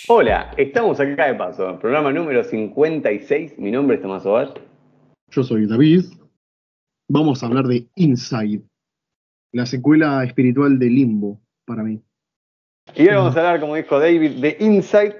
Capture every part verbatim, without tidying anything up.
Hola, estamos acá de paso, programa número cincuenta y seis. Mi nombre es Tomás Oval. Yo soy David. Vamos a hablar de Inside, la secuela espiritual de Limbo, para mí. Y hoy vamos a hablar, como dijo David, de Inside,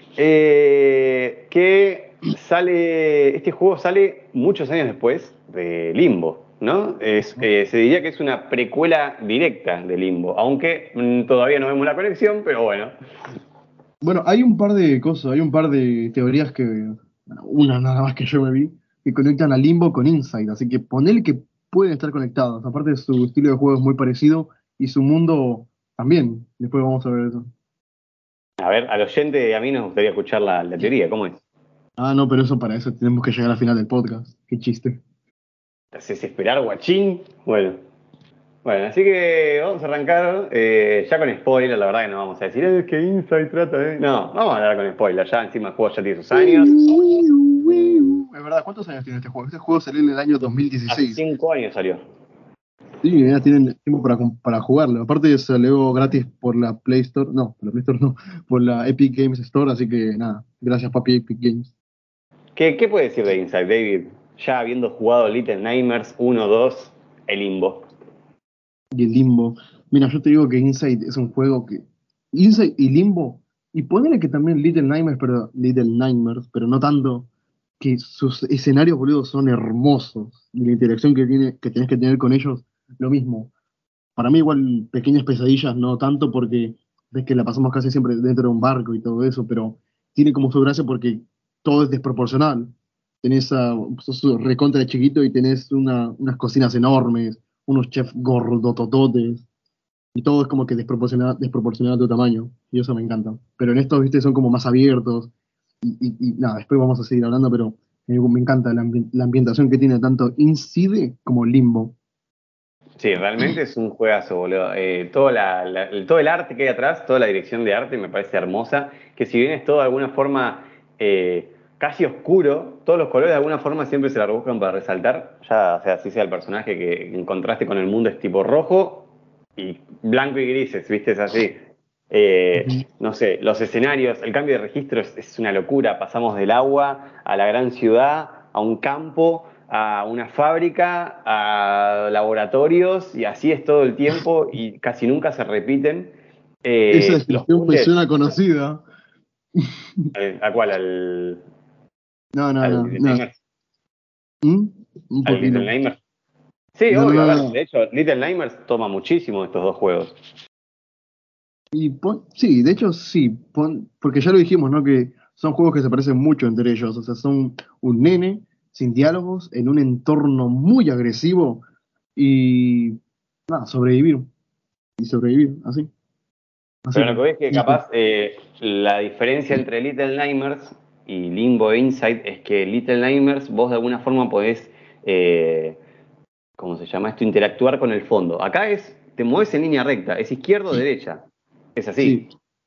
eh, que sale, este juego sale muchos años después de Limbo, ¿no? Es, eh, se diría que es una precuela directa de Limbo, aunque mm, todavía no vemos la conexión, pero bueno. Bueno, hay un par de cosas, hay un par de teorías que, bueno, una nada más que yo me vi, que conectan a Limbo con Inside, así que ponele que pueden estar conectados. Aparte, su estilo de juego es muy parecido y su mundo también. Después vamos a ver eso. A ver, al oyente a mí nos gustaría escuchar la, la teoría, ¿cómo es? Ah, no, pero eso para eso tenemos que llegar al final del podcast. Qué chiste. ¿Te haces esperar, guachín? Bueno. Bueno, así que vamos a arrancar eh, ya con spoiler, la verdad que no vamos a decir, es que Inside trata de... No, vamos a hablar con spoiler, ya encima el juego ya tiene sus años. Es verdad, ¿cuántos años tiene este juego? Este juego salió en el año Hace dos mil dieciséis. cinco años salió. Sí, ya tienen tiempo para, para jugarlo. Aparte salió gratis por la Play Store, no, por la Play Store no, por la Epic Games Store, así que nada, gracias papi Epic Games. ¿Qué, qué puede decir de Inside, David? Ya habiendo jugado Little Nightmares uno, dos, el Limbo. Y el Limbo. Mira, yo te digo que Inside es un juego que... Inside y Limbo, y ponele que también Little Nightmares, pero Little Nightmares, pero no tanto, que sus escenarios, boludo, son hermosos. Y la interacción que tiene, que tenés que tener con ellos, lo mismo. Para mí igual pequeñas pesadillas, no tanto porque ves que la pasamos casi siempre dentro de un barco y todo eso, pero tiene como su gracia porque todo es desproporcional. Tenés a, sos recontra chiquito y tenés una, unas cocinas enormes, unos chefs gordotototes, y todo es como que desproporcionado, desproporcionado a tu tamaño, y eso me encanta. Pero en estos, viste, son como más abiertos, y, y- y nada, después vamos a seguir hablando, pero me, me encanta la, ambi- la ambientación que tiene tanto Inside como Limbo. Sí, realmente es un juegazo, boludo. Eh, todo, la- la- el- todo el arte que hay atrás, toda la dirección de arte me parece hermosa, que si bien es todo de alguna forma eh, casi oscuro, todos los colores de alguna forma siempre se la buscan para resaltar, ya o sea, así sea el personaje que en contraste con el mundo es tipo rojo y blanco y grises, ¿viste? Es así. Eh, Ujú. no sé, los escenarios, el cambio de registro es, es una locura, pasamos del agua a la gran ciudad, a un campo, a una fábrica, a laboratorios, y así es todo el tiempo y casi nunca se repiten. Esa Eh, los descripción me puzzles, suena conocida. al- ¿a cuál? ¿Al, No, no, al no, Little no. Nightmares? ¿Mm? Un ¿Al Little poquito. Nightmares? Sí, No, no, obvio, a no, ver, no. de hecho, Little Nightmares toma muchísimo de estos dos juegos. Y pon- sí, de hecho sí, pon- porque ya lo dijimos, ¿no? Que son juegos que se parecen mucho entre ellos. O sea, son un nene sin diálogos en un entorno muy agresivo y nada, sobrevivir. Y sobrevivir, así. Así Pero lo que, que ves que sí, sí. capaz eh, la diferencia entre Little Nightmares y Limbo e Inside es que Little Nightmares vos de alguna forma podés, eh, ¿cómo se llama esto? Interactuar con el fondo. Acá es, te mueves en línea recta, es izquierda o derecha. Es Sí, así.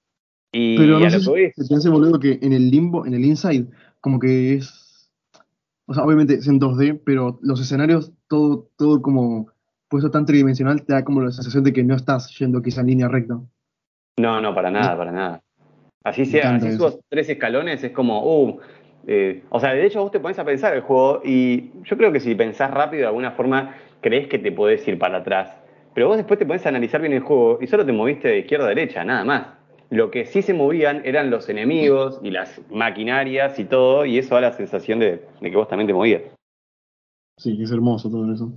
pero Y no a sé lo que si ves, se te hace boludo que en el limbo, en el inside, como que es. O sea, obviamente es en dos D, pero los escenarios, todo, todo como puesto tan tridimensional, te da como la sensación de que no estás yendo quizá en línea recta. no, no, para Me nada, para nada. Así sea, encanta así eso. subas tres escalones, es como, uh, eh, o sea, de hecho vos te pones a pensar el juego y yo creo que si pensás rápido de alguna forma crees que te podés ir para atrás, pero vos después te pones a analizar bien el juego y solo te moviste de izquierda a derecha, nada más. Lo que sí se movían eran los enemigos y las maquinarias y todo, y eso da la sensación de, de que vos también te movías. Sí, es hermoso todo eso.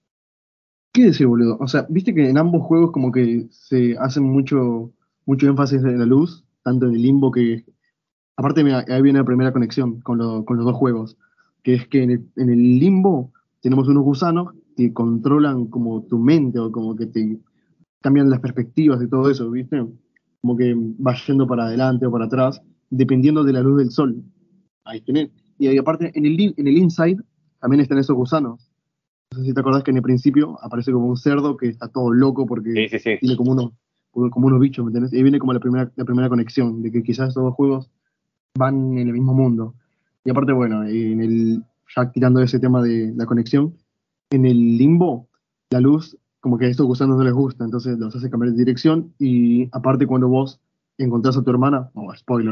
¿Qué decir, boludo? O sea, viste que en ambos juegos como que se hacen mucho, mucho énfasis en la luz, tanto en el limbo que... Aparte, mira, ahí viene la primera conexión con, lo- con los dos juegos, que es que en el, en el limbo tenemos unos gusanos que controlan como tu mente o como que te cambian las perspectivas y todo eso, ¿viste? Como que vas yendo para adelante o para atrás, dependiendo de la luz del sol. Ahí tenés. Y ahí aparte, en el, in- en el inside también están esos gusanos. No sé si te acordás que en el principio aparece como un cerdo que está todo loco porque Sí, sí, sí. tiene como unos, como unos bichos, ¿me entendés? Y ahí viene como la primera, la primera conexión, de que quizás estos dos juegos van en el mismo mundo. Y aparte, bueno, en el, ya tirando ese tema de la conexión, en el limbo, la luz, como que a estos gusanos no les gusta, entonces los hace cambiar de dirección. Y aparte, cuando vos encontrás a tu hermana, oh, spoiler,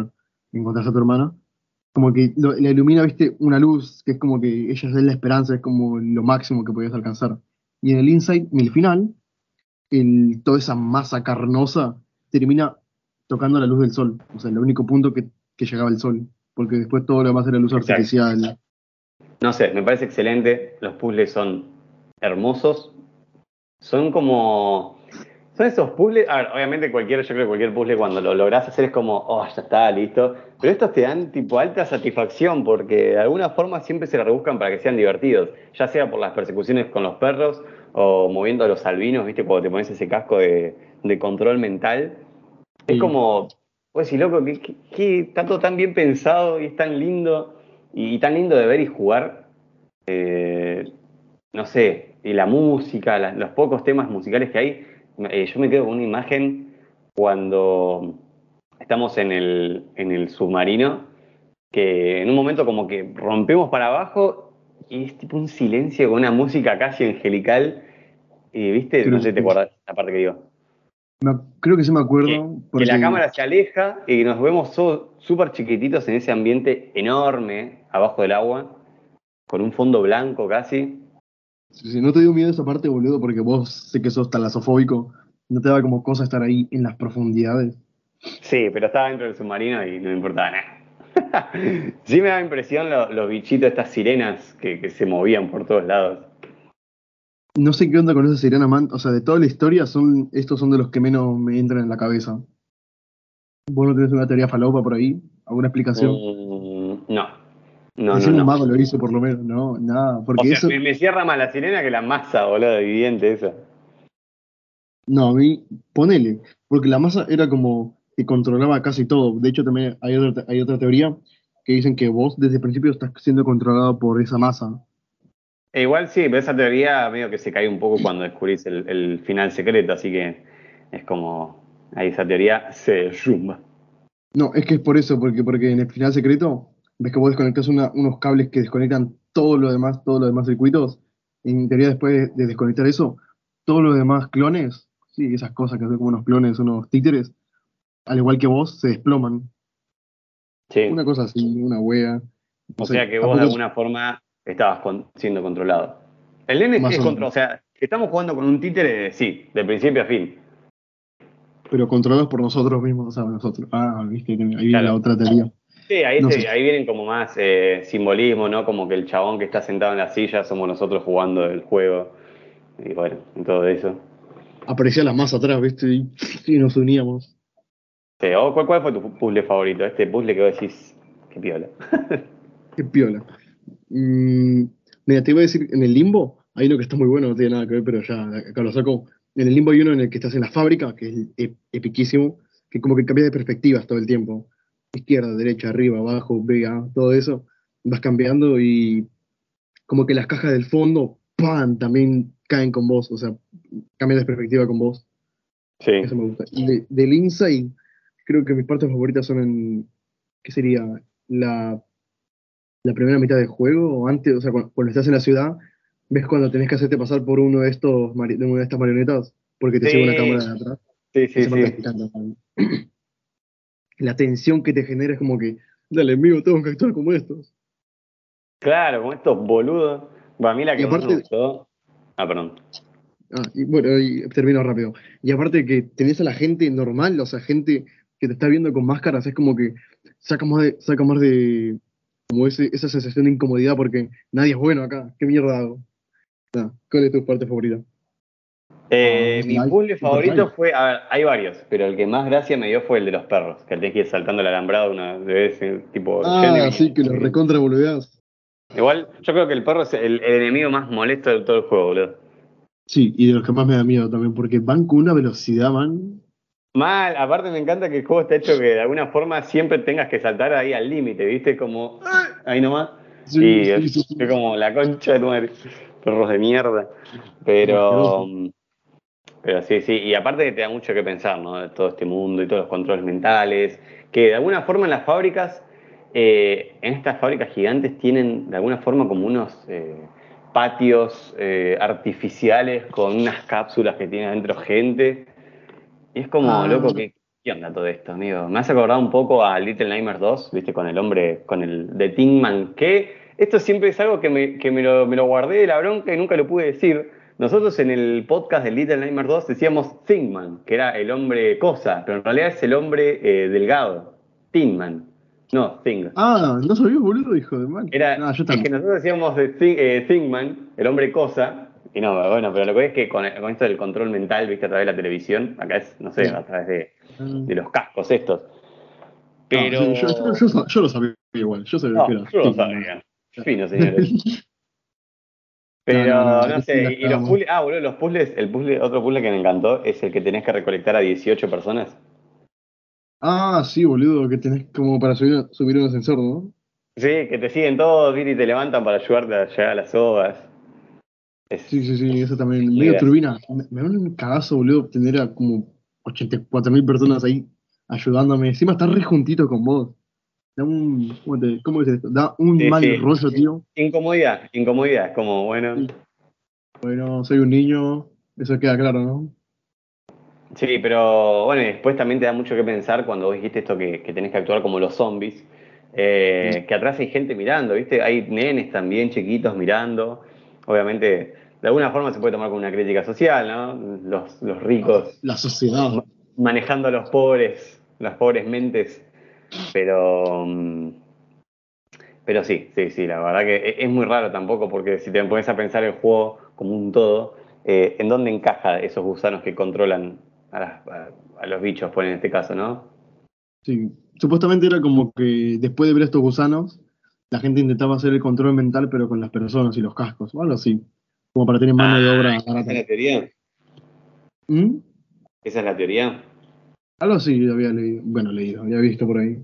encontrás a tu hermana, como que lo- la ilumina, viste, una luz, que es como que ella es la esperanza, es como lo máximo que podías alcanzar. Y en el Inside, en el final, el, toda esa masa carnosa termina tocando la luz del sol. O sea, el único punto que, que llegaba el sol. Porque después todo lo demás era luz Exacto. artificial. No sé, me parece excelente. Los puzzles son hermosos. Son como. Son esos puzzles. A ver, obviamente cualquier, yo creo que cualquier puzzle cuando lo lográs hacer es como, oh, ya está, listo. Pero estos te dan tipo alta satisfacción porque de alguna forma siempre se la rebuscan para que sean divertidos. Ya sea por las persecuciones con los perros o moviendo a los albinos, ¿viste? Cuando te pones ese casco de, de control mental. Es Sí, como, pues sí, loco, que, que- que está todo tan bien pensado y es tan lindo y, y tan lindo de ver y jugar. Eh, no sé, y la música, la- los pocos temas musicales que hay, eh, yo me quedo con una imagen cuando estamos en el, en el submarino, que en un momento como que rompemos para abajo y es tipo un silencio con una música casi angelical, y viste, no creo sé si te que, acuerdas la parte que digo. me, creo que sí me Que, acuerdo, que la porque cámara se aleja y nos vemos so- súper chiquititos en ese ambiente enorme abajo del agua, con un fondo blanco casi. si, si no te dio miedo esa parte, boludo, porque vos sé que sos talasofóbico, no te da como cosa estar ahí en las profundidades. Sí, pero estaba dentro del submarino y no me importaba nada. Sí me daba impresión lo- los bichitos, estas sirenas que, que se movían por todos lados. No sé qué onda con esa Sirena Man, o sea, de toda la historia, son, estos son de los que menos me entran en la cabeza. ¿Vos no tenés una teoría falopa por ahí? ¿Alguna explicación? Mm, no, no, no, Decime un no. mago lo hizo por lo menos, no, nada, O porque sea, eso, me, me cierra más la sirena que la masa, boludo, viviente esa. no, a mí, ponele, porque la masa era como que controlaba casi todo. De hecho, también hay otra, hay otra teoría que dicen que vos desde el principio estás siendo controlado por esa masa. E igual sí, pero esa teoría medio que se cae un poco cuando descubrís el, el final secreto, así que es como, ahí esa teoría se derrumba. No, es que es por eso, porque, porque en el final secreto, ves que vos desconectás una- unos cables que desconectan todo lo demás, todos los demás circuitos. En teoría, después de, de desconectar eso, todos los demás clones, sí, esas cosas que son como unos clones, unos títeres, al igual que vos, se desploman. Una Sí. cosa así, una wea. No O sé, sea que vos de tampoco es alguna forma estabas con- siendo controlado. El nene es, más es o control, menos, o sea, estamos jugando con un títere, sí, de principio a fin. pero controlados por nosotros mismos, o sea, nosotros. Ah, viste, que ahí viene la Claro. otra teoría. Sí, ahí, No sé, se, ahí vienen como más eh, simbolismo, ¿no? Como que el chabón que está sentado en la silla somos nosotros jugando el juego. Y bueno, y todo eso. aparecía la masa atrás, viste, y, y nos uníamos. Sí, ¿o ¿cuál, cuál fue tu puzzle favorito? Este puzzle que vos decís, qué piola. Qué piola. Mm, mira, te iba a decir, en el limbo, hay uno que está muy bueno, no tiene nada que ver, pero ya acá lo saco. En el limbo hay uno en el que estás en la fábrica, que es ep- epiquísimo, que como que cambias de perspectivas todo el tiempo. Izquierda, derecha, arriba, abajo, vea, todo eso. Vas cambiando y como que las cajas del fondo, ¡pam!, también caen con vos, o sea, cambian de perspectiva con vos. Eso Sí. me gusta. Y de- del Inside, creo que mis partes favoritas son en, ¿qué sería? La la primera mitad del juego, o antes, o sea, cuando, cuando estás en la ciudad, ves cuando tenés que hacerte pasar por uno de estos mari- de una de estas marionetas, porque te sigue una cámara Sí, de atrás. sí, sí, Esa parte me sí. encanta. Man. La tensión que te genera es como que, dale, amigo, tengo que actuar como estos. Claro, con estos boludos. Bueno, a mí la Y que más me aparte, gustó. Ah, perdón. ah, y bueno, y termino rápido. Y aparte que tenés a la gente normal, o sea, gente que te está viendo con máscaras, es como que saca más de, saca más de, como ese, esa sensación de incomodidad porque nadie es bueno acá. ¿Qué mierda hago? Nada, ¿cuál es tu parte favorita? Ah, Eh, Super mi Light, puzzle Super favorito Light. fue, a ver, hay varios, pero el que más gracia me dio fue el de los perros, que tenés que ir saltando el alambrado una vez, eh, tipo, yendo y Ah, sí, viniendo, que yendo los y viniendo. recontra boludeás. Igual, yo creo que el perro es el, el enemigo más molesto de todo el juego, boludo. Sí, y de los que más me da miedo también, porque van con una velocidad, man. Mal, aparte me encanta que el juego está hecho que de alguna forma siempre tengas que saltar ahí al límite, ¿viste? Como, ¡ah! Ahí nomás. Sí, Y sí, es, sí, es sí. como la concha de tu madre. Perros de mierda. Son Pero, asquerosos. pero sí, sí. Y aparte que te da mucho que pensar, ¿no? De todo este mundo y todos los controles mentales. Que de alguna forma en las fábricas, eh, en estas fábricas gigantes tienen de alguna forma como unos eh, patios eh, artificiales con unas cápsulas que tiene adentro gente. Y es como, Ah, loco, que ¿Qué onda todo esto, amigo? Me has acordado un poco a Little Nightmares dos, ¿viste? Con el hombre, con el de Tin Man, que esto siempre es algo que me, que me lo, me lo guardé de la bronca y nunca lo pude decir. Nosotros en el podcast de Little Nightmares dos decíamos Thing Man, que era el hombre cosa, pero en realidad es el hombre eh, delgado. Tin Man, no Thing. Ah, no sabía, boludo, hijo de mal. Era, No, yo es que también. nosotros decíamos de Thing, eh, Thing Man, el hombre cosa, y no, bueno, pero lo que es que con, con esto del control mental, viste, a través de la televisión, acá es, no sé, Sí. a través de, Ah, de los cascos estos. no, sí, yo, yo, Pero. yo, sa- yo lo sabía igual, yo sabía que No, era yo lo Stigman. sabía. Fino, señores. No, no, no, Pero no ahí sí la sé, y los cagamos. puzzles. Ah, boludo, los puzzles. El puzzle, otro puzzle que me encantó es el que tenés que recolectar a dieciocho personas. Ah, sí, boludo, que tenés como para subir, subir un ascensor, ¿no? Sí, que te siguen todos, ¿viste? Y te levantan para ayudarte a llegar a las sogas. Sí, Es, sí, sí, eso es también. muy Medio gracioso. turbina. Me, me da un cagazo, boludo, tener a como ochenta y cuatro mil personas ahí ayudándome. Encima está re juntito con vos. Da un. ¿Cómo, te, cómo es esto? Da un Sí, mal sí. rollo, tío. Incomodidad, incomodidad. Es como, bueno. Sí. Bueno, soy un niño, eso queda claro, ¿no? Sí, pero bueno, y después también te da mucho que pensar cuando vos dijiste esto que, que tenés que actuar como los zombies, Mm. eh, que atrás hay gente mirando, ¿viste? Hay nenes también chiquitos mirando. Obviamente, de alguna forma se puede tomar como una crítica social, ¿no? Los, los Ah, ricos la sociedad. ma- manejando a los pobres, las pobres mentes, pero, mm, pero sí, sí, sí, la verdad que e- es muy raro tampoco, porque si te pones a pensar el juego como un todo, eh, ¿en dónde encaja esos gusanos que controlan a, las- a- a los bichos, pues en este caso, ¿no? Sí. Supuestamente era como que después de ver estos gusanos, la gente intentaba hacer el control mental, pero con las personas y los cascos, o algo así. Como para tener mano Ah, de obra ¿esa barata. es la teoría? ¿Mm? ¿Esa es la teoría? Algo así había leído, bueno, leído, había visto por ahí.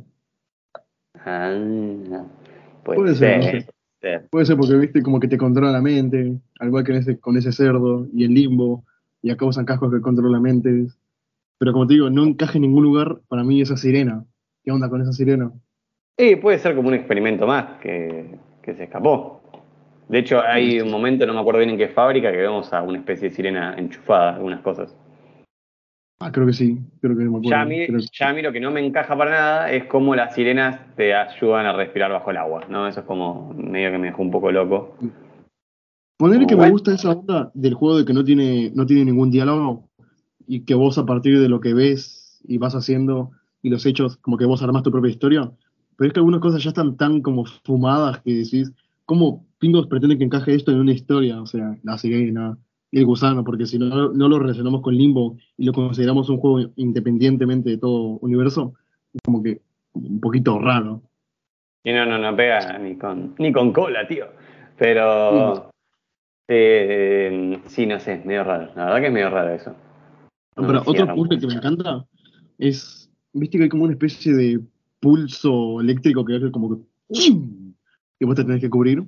Ah, puede Puede ser, no ser, sé. puede ser. Puede ser porque viste como que te controla la mente, al igual que en ese, con ese cerdo y el limbo, y acá usan cascos que controlan mentes. Pero como te digo, no encaja en ningún lugar para mí esa sirena. ¿Qué onda con esa sirena? Y puede ser como un experimento más que, que se escapó. De hecho, Puede hay un ser. momento, no me acuerdo bien en qué fábrica, que vemos a una especie de sirena enchufada, algunas cosas. Ah, creo que sí, creo que no me Ya a acuerdo. mí, Creo ya a mí lo que no me encaja para nada es cómo las sirenas te ayudan a respirar bajo el agua, ¿no? Eso es como medio que me dejó un poco loco. que... Ponerle Como, que me bueno, gusta esa onda del juego de que no tiene, no tiene ningún diálogo y que vos a partir de lo que ves y vas haciendo y los hechos, como que vos armás tu propia historia. Pero es que algunas cosas ya están tan como fumadas que decís, ¿cómo Pingos pretende que encaje esto en una historia? O sea, la sirena y el gusano, porque si no, no lo relacionamos con Limbo y lo consideramos un juego independientemente de todo universo, es como que un poquito raro. y no, no, no pega ni con, ni con cola, tío. Sí. Pero, eh, sí, no sé, es medio raro. La verdad que es medio raro eso. No me Pero otro cierra puzzle mucho. que me encanta es, viste que hay como una especie de pulso eléctrico que hace como que ¡chim! Que vos te tenés que cubrir.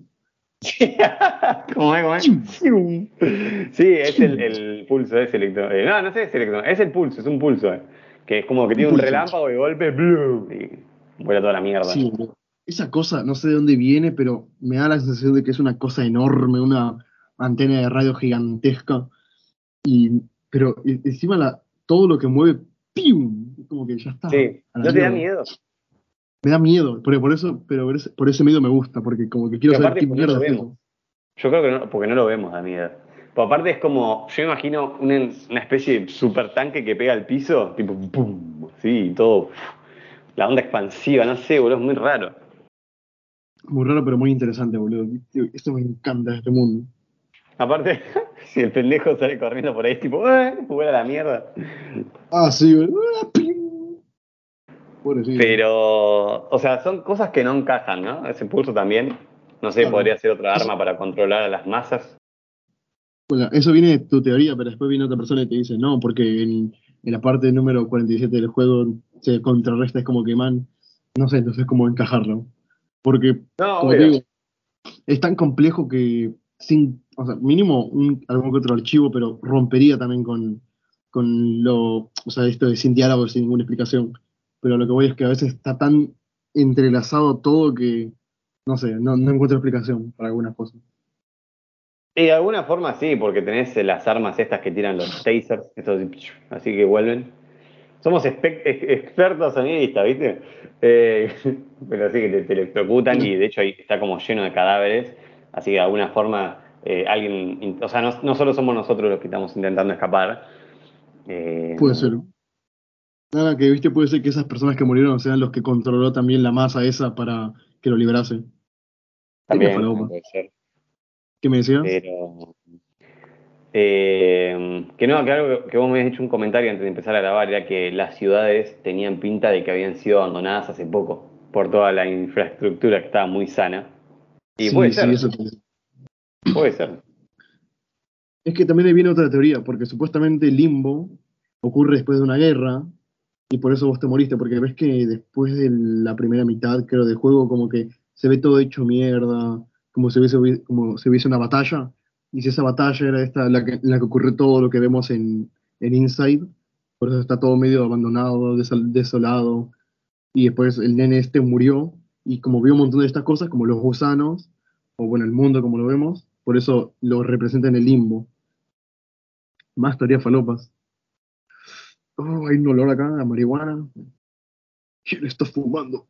¿Cómo es? ¿Cómo es? ¡Chim! Sium. Sí, es el, ¡Chim! el pulso, es electro. eh, no, no sé, es electro. Es el pulso, es un pulso. eh, que es como que Un tiene un pulso. relámpago de golpe, ¡blum! Y vuela toda la mierda. Sí, boludo. Esa cosa, no sé de dónde viene, pero me da la sensación de que es una cosa enorme, una antena de radio gigantesca. Y, pero e- encima la, todo lo que mueve, ¡pium! Es como que ya está, Sí, a la ¿no te da mierda. miedo? Me da miedo, por, por eso, pero por ese, por ese medio me gusta, porque como que quiero Y saber aparte, qué pues no lo mierda es vemos. eso. Yo creo que no, porque no lo vemos, da miedo. Pero aparte es como, yo imagino una, una especie de super tanque que pega al piso, tipo, ¡pum! Sí, todo. La onda expansiva, no sé, boludo, es muy raro. Muy raro, pero muy interesante, boludo. Tío, esto me encanta de este mundo. Aparte, si el pendejo sale corriendo por ahí, es tipo, ¡eh! Vuela la mierda. Ah, sí, boludo. Ah, ¡ping! Pobrecito. Pero, o sea, son cosas que no encajan, ¿no? Ese pulso también, no sé, Claro. podría ser otra Eso, arma para controlar a las masas. bueno, eso viene de tu teoría, pero después viene otra persona y te dice, no, porque en, en la parte número cuarenta y siete del juego se contrarresta, es como que, man, no sé, entonces cómo encajarlo. Porque, No, como te obvio. digo, es tan complejo que sin, o sea, mínimo un, algún que otro archivo, pero rompería también con, con lo, o sea, esto de sin diálogo, sin ninguna explicación. Pero lo que voy es que a veces está tan entrelazado todo que, no sé, no, no encuentro explicación para algunas cosas. Y de alguna forma sí, porque tenés las armas estas que tiran los tasers, estos así que vuelven. somos espe- ex- expertos sonidistas, ¿viste? Eh, pero sí que te, te electrocutan y de hecho ahí está como lleno de cadáveres, así que de alguna forma eh, alguien, in- o sea, no, no solo somos nosotros los que estamos intentando escapar. eh, Puede ser. Nada, que viste, puede ser que esas personas que murieron sean los que controló también la masa esa para que lo liberase. Sería También falopa. puede ser, ¿Qué me decías? pero eh, que no, que algo que vos me habías hecho un comentario antes de empezar a grabar era que las ciudades tenían pinta de que habían sido abandonadas hace poco por toda la infraestructura que estaba muy sana. Y puede Sí, sí, ser, eso también. puede ser. Es que también ahí viene otra teoría, porque supuestamente el limbo ocurre después de una guerra, y por eso vos te moriste, porque ves que después de la primera mitad, creo, del juego, como que se ve todo hecho mierda, como si hubiese, como si hubiese una batalla, y si esa batalla era esta, la que, en la que ocurrió todo lo que vemos en, en Inside, por eso está todo medio abandonado, desol- desolado, y después el nene este murió, y como vio un montón de estas cosas, como los gusanos, o bueno, el mundo como lo vemos, por eso lo representa en el limbo. Más teorías falopas. Oh, hay un olor acá a marihuana. ¿Quién está fumando?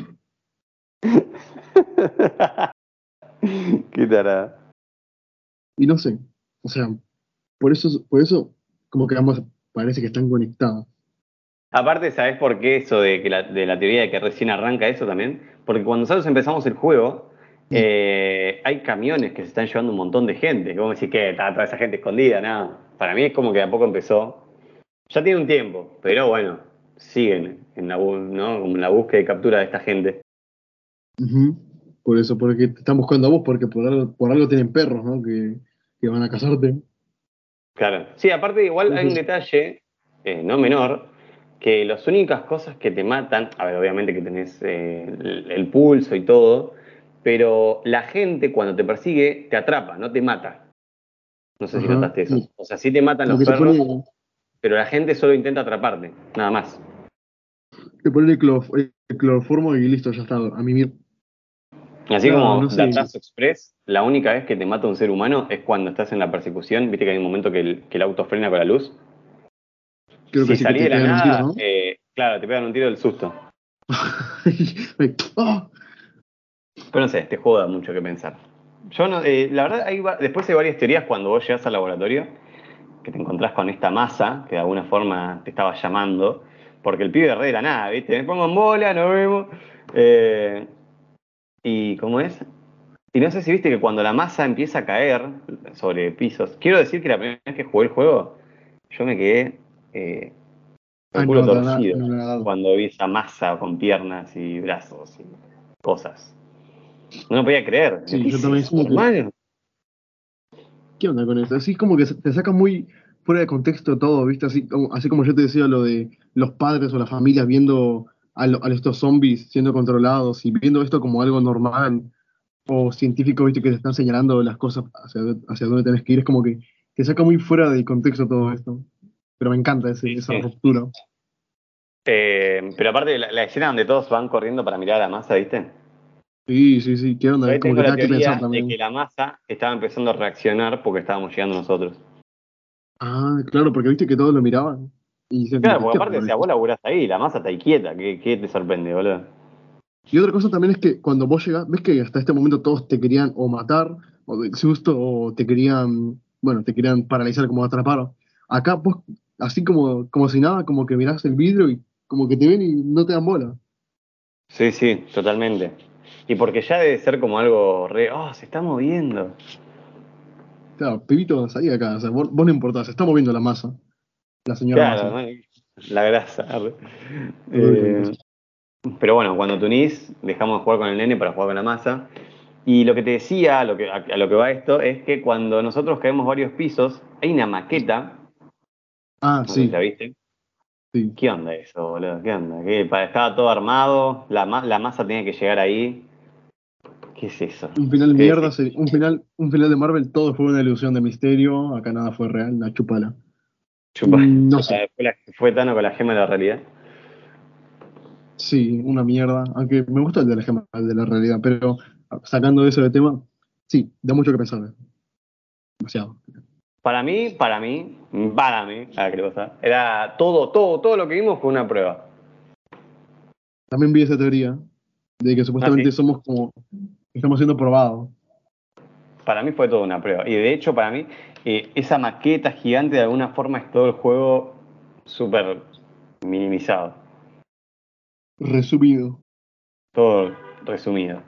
Qué tarada. Y no sé. O sea, por eso, por eso como que ambas parece que están conectadas. Aparte, ¿sabés por qué eso de, que la, de la teoría de que recién arranca eso también? Porque cuando nosotros empezamos el juego, Sí. eh, hay camiones que se están llevando un montón de gente. ¿Cómo decir que está toda esa gente escondida? Nada. Para mí es como que de a poco empezó. Ya tiene un tiempo, pero bueno, siguen en la, bu- ¿no? Como en la búsqueda y captura de esta gente. Ujú. Por eso, porque te están buscando a vos, porque por algo, por algo tienen perros, ¿no? Que, que van a cazarte. Claro. Sí, aparte igual hay un Entonces, detalle, eh, no menor, que las únicas cosas que te matan, a ver, obviamente que tenés eh, el, el pulso y todo, pero la gente cuando te persigue te atrapa, no te mata. No sé si ajá. notaste eso. Y O sea, sí te matan como los que te perros, pone, pero la gente solo intenta atraparte, nada más. te pone el, clorof- el cloroformo y listo, ya está. A mimir. Así Claro, como no sé. Datazo Express, la única vez que te mata un ser humano es cuando estás en la persecución, viste que hay un momento que el, que el auto frena con la luz. Creo que Si sí que salí te de la pegan un tiro, nada, ¿no? eh, claro, te pegan un tiro del susto. ¡Ah! Pero no sé, este juego da mucho que pensar. Yo no, eh, la verdad, hay, va- después hay varias teorías cuando vos llegas al laboratorio, que te encontrás con esta masa que de alguna forma te estaba llamando, porque el pibe re de la nada, ¿viste? Me pongo en bola, nos vemos. Eh, ¿y cómo es? Y no sé si viste que cuando la masa empieza a caer sobre pisos, quiero decir que la primera vez que jugué el juego, yo me quedé eh, el Ah, culo no, no, no, torcido no me ha dado. cuando vi esa masa con piernas y brazos y cosas. No lo podía creer. Sí, ¿Qué yo es también es eso, como que hermano? ¿qué onda con eso? Así como que se- te saca muy fuera de contexto todo, ¿viste? Así como, así como yo te decía lo de los padres o las familias viendo a, lo- a estos zombies siendo controlados y viendo esto como algo normal o científico, ¿viste? Que te están señalando las cosas hacia, hacia dónde tenés que ir. Es como que te saca muy fuera de contexto todo esto. Pero me encanta ese, Sí, esa sí. ruptura. Eh, pero aparte, la, la escena donde todos van corriendo para mirar a la masa, ¿viste? Sí, sí, sí, ¿qué Yo onda? ahí Como tengo que te la da que pensar teoría de también. que la masa estaba empezando a reaccionar porque estábamos llegando nosotros. Ah, claro, porque viste que todos lo miraban y decían como Claro, que, porque ¿qué onda aparte, con si a esto? vos laburás ahí, la masa está ahí quieta, ¿qué, qué te sorprende, boludo? Y otra cosa también es que cuando vos llegás, ves que hasta este momento todos te querían o matar, o del susto, o te querían, bueno, te querían paralizar como atrapar. Acá vos, así como, como si nada, como que mirás el vidrio y como que te ven y no te dan bola. Sí, sí, totalmente. Y porque ya debe ser como algo re, oh, se está moviendo. Claro, pibito, salí de acá, o sea, vos, vos no importás, se está moviendo la masa, la señora Claro, masa. ¿no? La grasa. arre. Uy, qué Eh, cosa. pero bueno, cuando te unís, dejamos de jugar con el nene para jugar con la masa. Y lo que te decía, a lo que, a, a lo que va esto, es que cuando nosotros caemos varios pisos, hay una maqueta, Ah, no sé si la sí, viste. sí. ¿Qué onda eso, boludo? ¿Qué onda? ¿Qué, pa- estaba todo armado, la, ma- la masa tenía que llegar ahí. ¿Qué es eso? Un final ¿Qué mierda, decís? se- un final, un final de Marvel, todo fue una ilusión de misterio, acá nada fue real, la chupala. Chupa, Mm, no sé. fue, la- fue Tano con la gema de la realidad. Sí, una mierda. Aunque me gusta el de la gema, el de la realidad, pero sacando eso de tema, sí, da mucho que pensar. Demasiado. Para mí, para mí, para mí, a ver qué cosa, era todo, todo, todo lo que vimos fue una prueba. También vi esa teoría de que ¿Ah, sí? supuestamente somos como, estamos siendo probados. Para mí fue toda una prueba. Y de hecho, para mí, eh, esa maqueta gigante de alguna forma es todo el juego súper minimizado. Resumido. Todo resumido.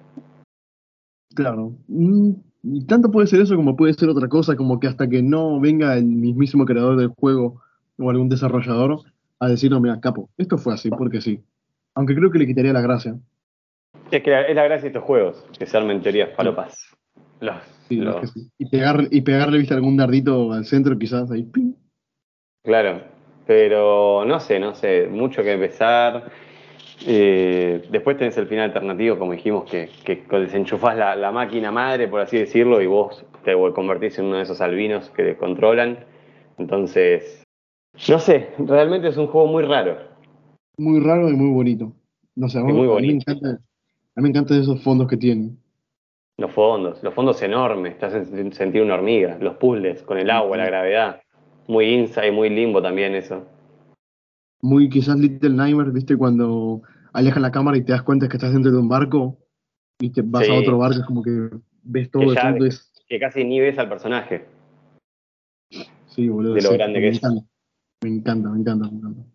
Claro. Mm, y tanto puede ser eso como puede ser otra cosa, como que hasta que no venga el mismísimo creador del juego o algún desarrollador a decir, no, mira, capo, esto fue así, porque sí. Aunque creo que le quitaría la gracia. Es que la- es la gracia de estos juegos, que se armen teorías Sí, falopas. Los, sí, la verdad los, es que sí. Y, pegar, y pegarle, viste, algún dardito al centro, quizás ahí. ¡Ping! claro. Pero no sé, no sé, mucho que empezar. Eh, después tenés el final alternativo, como dijimos, que, que desenchufás la, la máquina madre, por así decirlo, y vos te convertís en uno de esos albinos que te controlan. Entonces, no sé, realmente es un juego muy raro Muy raro y muy bonito. No sé, a y muy mí a mí me bonito. encanta, a mí me encantan esos fondos que tienen. Los fondos, los fondos enormes, te hacen sentir una hormiga. Los puzzles con el agua, la gravedad. Muy inside, muy limbo también eso. Muy quizás Little Nightmares, viste, cuando alejan la cámara y te das cuenta que estás dentro de un barco y te vas a otro Sí, barco, es como que ves que todo de ya, fondo, es, que casi ni ves al personaje, sí, boludo, de lo sí, grande me que es. encanta, me encanta, me encanta, me encanta.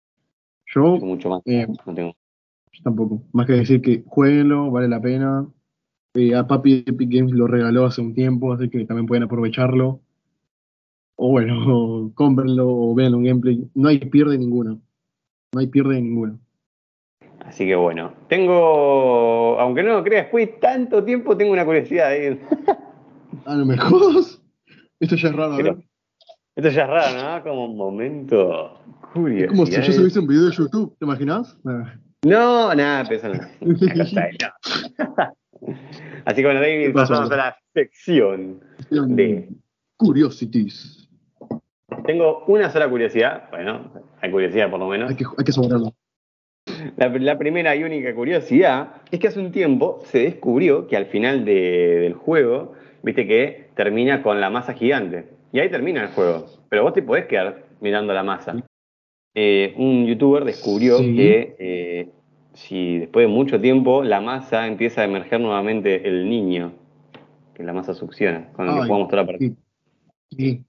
Yo Yo, mucho más, eh, no tengo. yo tampoco, más que decir que jueguenlo, vale la pena. Eh, a Papi Epic Games lo regaló hace un tiempo, así que también pueden aprovecharlo. O bueno, cómprenlo o vean un gameplay. No hay pierde ninguna, no hay pierde ninguna. Así que bueno, tengo, aunque no lo creas, después de tanto tiempo tengo una curiosidad ahí. A lo mejor, esto ya es raro, a ver. Pero esto ya es raro, ¿no? Como un momento, Es como si yo curiosidades. subiese un video de YouTube, ¿te imaginas? Ah. No, nada, pero eso no. Una cosa de no. Así que bueno, ¿Qué David, pasó pasamos a ahora? la sección de... Curiosities. Tengo una sola curiosidad, bueno, hay curiosidad por lo Hay menos. que, hay que sobrarlo. La, la primera y única curiosidad es que hace un tiempo se descubrió que al final de- del juego, viste que termina con la masa gigante. Y ahí termina el juego. Pero vos te podés quedar mirando la masa. Eh, un youtuber descubrió Sí. que eh, si después de mucho tiempo la masa empieza a emerger nuevamente el niño, que la masa succiona, con el que Ay, jugamos toda la partida. sí, sí.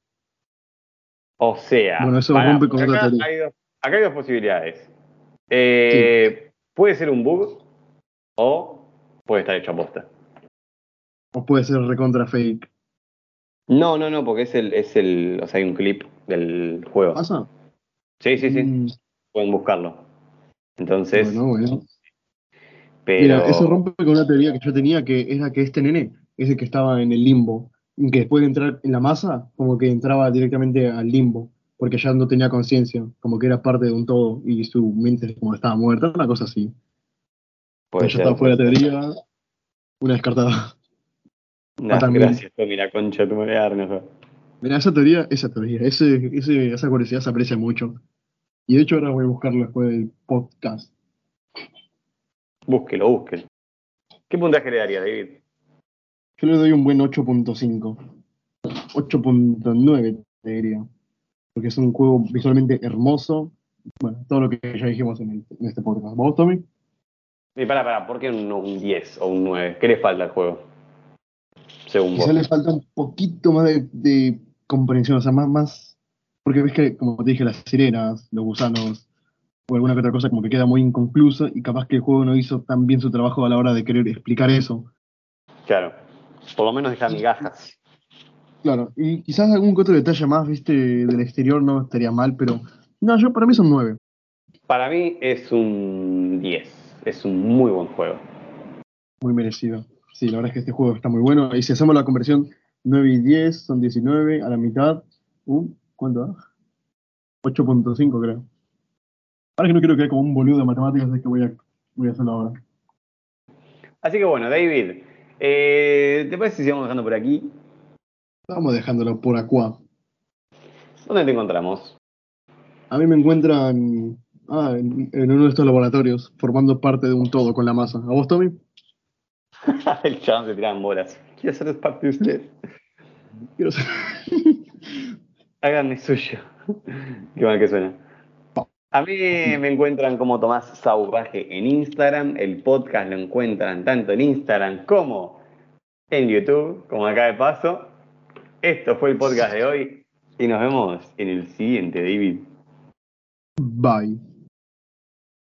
O sea, Bueno, eso para, rompe con porque otra acá teoría. hay dos, acá hay dos posibilidades. Sí. Eh, puede ser un bug o puede estar hecho a posta. O puede ser recontra fake. No, no, no, porque es el, es el, o sea, hay un clip del juego. ¿Pasa? Sí, sí, sí, Mm, pueden buscarlo. Entonces, bueno, bueno. Mira, eso pero, rompe con una teoría que yo tenía, que era que este nene es el que estaba en el limbo, y que después de entrar en la masa, como que entraba directamente al limbo, porque ya no tenía conciencia, como que era parte de un todo, y su mente como estaba muerta, una cosa así. puede Entonces ya ser, estaba fuera puede de ser. teoría, una descartada. Nah, Matan mil. gracias, Tommy, la concha de tu madre, Arne. Mira, esa teoría, esa teoría, ese, ese, esa curiosidad se aprecia mucho. Y de hecho ahora voy a buscarlo después del podcast. Búsquelo, búsquelo. ¿Qué puntaje le daría, David? Yo le doy un buen ocho punto cinco, ocho punto nueve te diría, porque es un juego visualmente hermoso. Bueno, todo lo que ya dijimos en, el- en este podcast. ¿Vos, Tommy? Y pará, pará, ¿por qué no un diez o un nueve? ¿Qué le falta al juego, según Quizás le vos? falta un poquito más de, de comprensión, o sea, más, más, porque ves que, como te dije, las sirenas, los gusanos, o alguna que otra cosa como que queda muy inconclusa y capaz que el juego no hizo tan bien su trabajo a la hora de querer explicar eso. Claro, por lo menos deja migajas. Claro, y quizás algún que otro detalle más, viste, del exterior no estaría mal, pero no, yo para mí son nueve. Para mí es un diez, es un muy buen juego. Muy merecido. Sí, la verdad es que este juego está muy bueno. Y si hacemos la conversión nueve y diez son diecinueve a la mitad. Uh, ¿cuánto da? ocho punto cinco creo. Ahora que no quiero quedar como un boludo de matemáticas, es que voy a, voy a hacerlo ahora. Así que bueno, David, eh, ¿te parece si vamos dejando por aquí? Vamos dejándolo por acá. ¿Dónde te encontramos? A mí me encuentran ah, en, en uno de estos laboratorios, formando parte de un todo con la masa. ¿A vos, Tommy? El chabón se tiraban bolas. Quiero ser parte de usted. Quiero ser- Háganme suyo. Qué mal que suena. A mí me encuentran como Tomás Sauvaje en Instagram. El podcast lo encuentran tanto en Instagram como en YouTube, como acá de paso. Esto fue el podcast de hoy y nos vemos en el siguiente, David. Bye.